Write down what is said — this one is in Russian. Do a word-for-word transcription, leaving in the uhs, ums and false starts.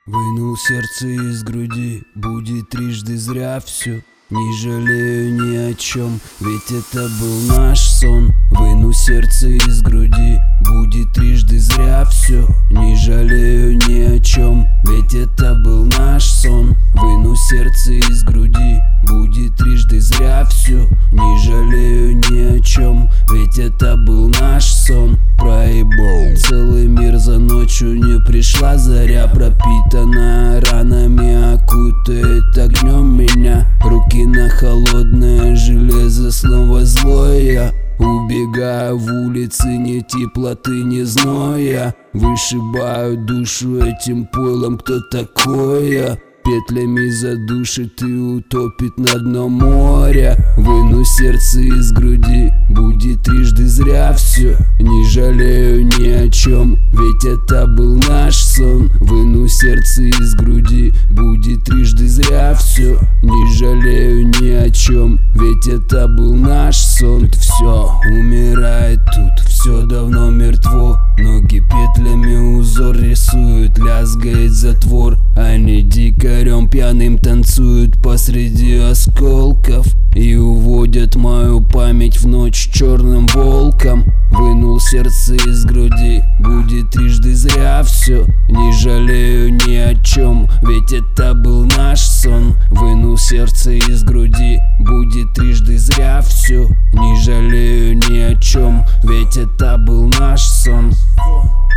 Вынул сердце из груди, будет трижды зря все. Не жалею ни о чем, ведь это был наш сон. Выну сердце из груди, будет трижды зря все. Не жалею ни о чем, ведь это был наш сон. Выну сердце из груди, будет трижды зря все. Не жалею ни о чем, ведь это был наш сон. Проебал целый мир, за ночью не пришла заря. Пропитанная ранами, окутает огнем меня. Руки на холодное железо, снова злое. Убегаю в улицы, ни теплоты, ни зноя. Вышибаю душу этим пойлом, кто такое? Петлями задушит и утопит на дно моря. Выну сердце из груди, будет трижды зря все. Не жалею ни о чем, ведь это был наш сон. Выну сердце из груди, будет трижды зря все. Не жалею ни о чем, ведь это был наш сон. Тут все умирает, тут все давно мертво. Ноги петлями узор рисуют, лязгает затвор. Они дикарем пьяным танцуют посреди осколков и уводят мою память в ночь черным волком. Вынул сердце из груди, будет трижды зря все. Не жалею ни о чем, ведь это был наш сон. Вынул сердце из груди, будет трижды зря все. Не жалею ни о чем, ведь это был наш сон.